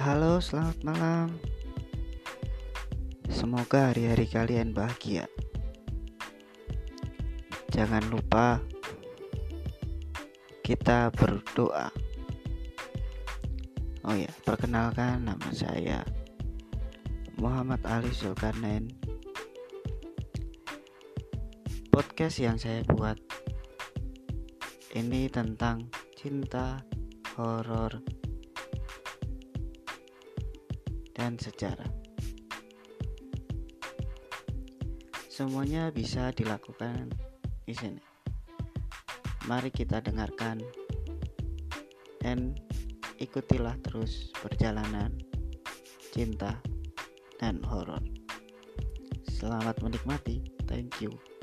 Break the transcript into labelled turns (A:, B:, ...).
A: Halo, selamat malam. Semoga hari-hari kalian bahagia. Jangan lupa kita berdoa. Oh ya, perkenalkan, nama saya Muhammad Ali Zulkarnain. Podcast yang saya buat ini tentang cinta, horor, dan sejarah. Semuanya bisa dilakukan di sini. Mari kita dengarkan dan ikutilah terus perjalanan cinta dan horor. Selamat menikmati. Thank you.